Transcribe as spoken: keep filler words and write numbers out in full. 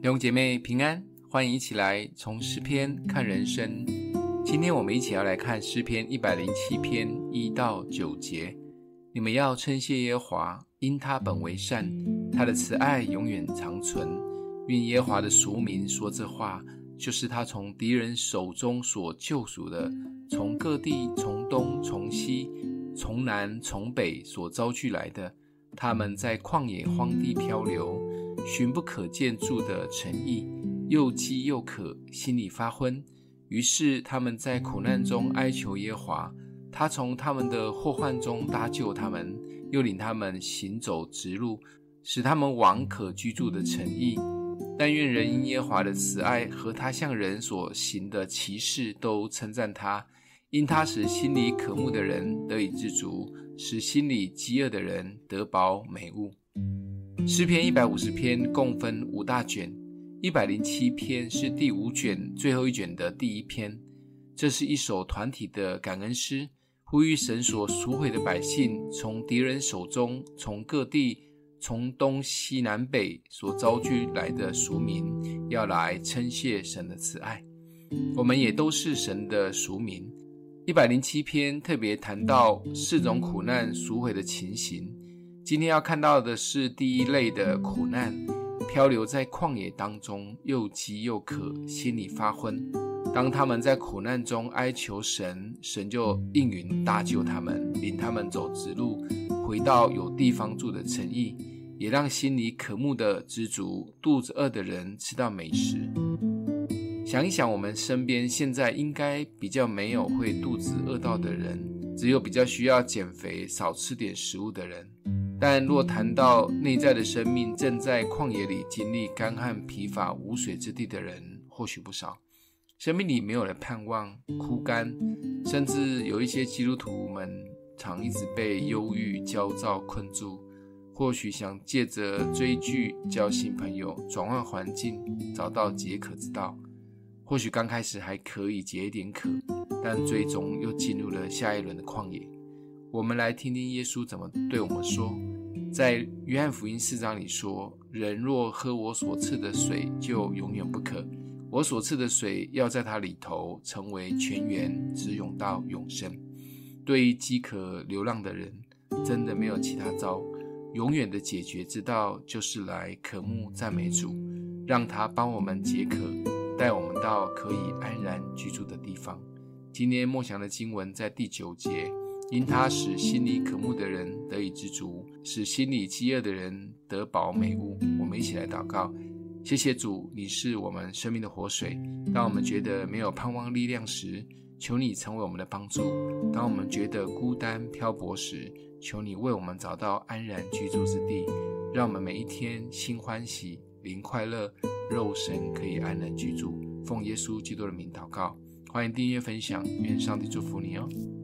弟兄姐妹平安，欢迎一起来从诗篇看人生。今天我们一起要来看诗篇一百零七篇一到九节。你们要称谢耶和华，因他本为善，他的慈爱永远长存。愿耶和华的赎民说这话，就是他从敌人手中所救赎的，从各地，从东，从西，从南，从北所招聚来的。他们在旷野荒地漂流，寻不可见住的城邑，又饥又渴，心里发昏。于是他们在苦难中哀求耶和华，他从他们的祸患中搭救他们，又领他们行走直路，使他们往可居住的城邑。但愿人因耶和华的慈爱和他向人所行的奇事都称赞他，因他使心里渴慕的人得以知足，使心里饥饿的人得饱美物。诗篇一百五十篇共分五大卷，一百零七篇是第五卷最后一卷的第一篇。这是一首团体的感恩诗，呼吁神所赎回的百姓从敌人手中，从各地，从东西南北所招聚来的赎民，要来称谢神的慈爱。我们也都是神的赎民。一百零七篇特别谈到四种苦难赎回的情形。今天要看到的是第一类的苦难，漂流在旷野当中，又饥又渴，心里发昏。当他们在苦难中哀求神，神就应允搭救他们，领他们走直路，回到有地方住的城邑，也让心里渴慕的知足，肚子饿的人吃到美食。想一想，我们身边现在应该比较没有会肚子饿到的人，只有比较需要减肥少吃点食物的人。但若谈到内在的生命正在旷野里经历干旱疲乏无水之地的人，或许不少。生命里没有了盼望，枯干，甚至有一些基督徒们常一直被忧郁焦躁困住，或许想借着追剧交新朋友，转换环境，找到解渴之道。或许刚开始还可以解一点渴，但最终又进入了下一轮的旷野。我们来听听耶稣怎么对我们说。在约翰福音四章里说，人若喝我所赐的水，就永远不渴。我所赐的水要在它里头成为泉源，直涌到永生。对于饥渴流浪的人，真的没有其他招，永远的解决之道就是来渴慕赞美主，让他帮我们解渴，带我们到可以安然居住的地方。今天默想的经文在第九节，因他使心里渴慕的人得以知足，使心里饥饿的人得饱美物。我们一起来祷告。谢谢主，你是我们生命的活水。当我们觉得没有盼望力量时，求你成为我们的帮助。当我们觉得孤单漂泊时，求你为我们找到安然居住之地，让我们每一天心欢喜，灵快乐，肉身可以安然居住。奉耶稣基督的名祷告，欢迎订阅分享，愿上帝祝福你哦。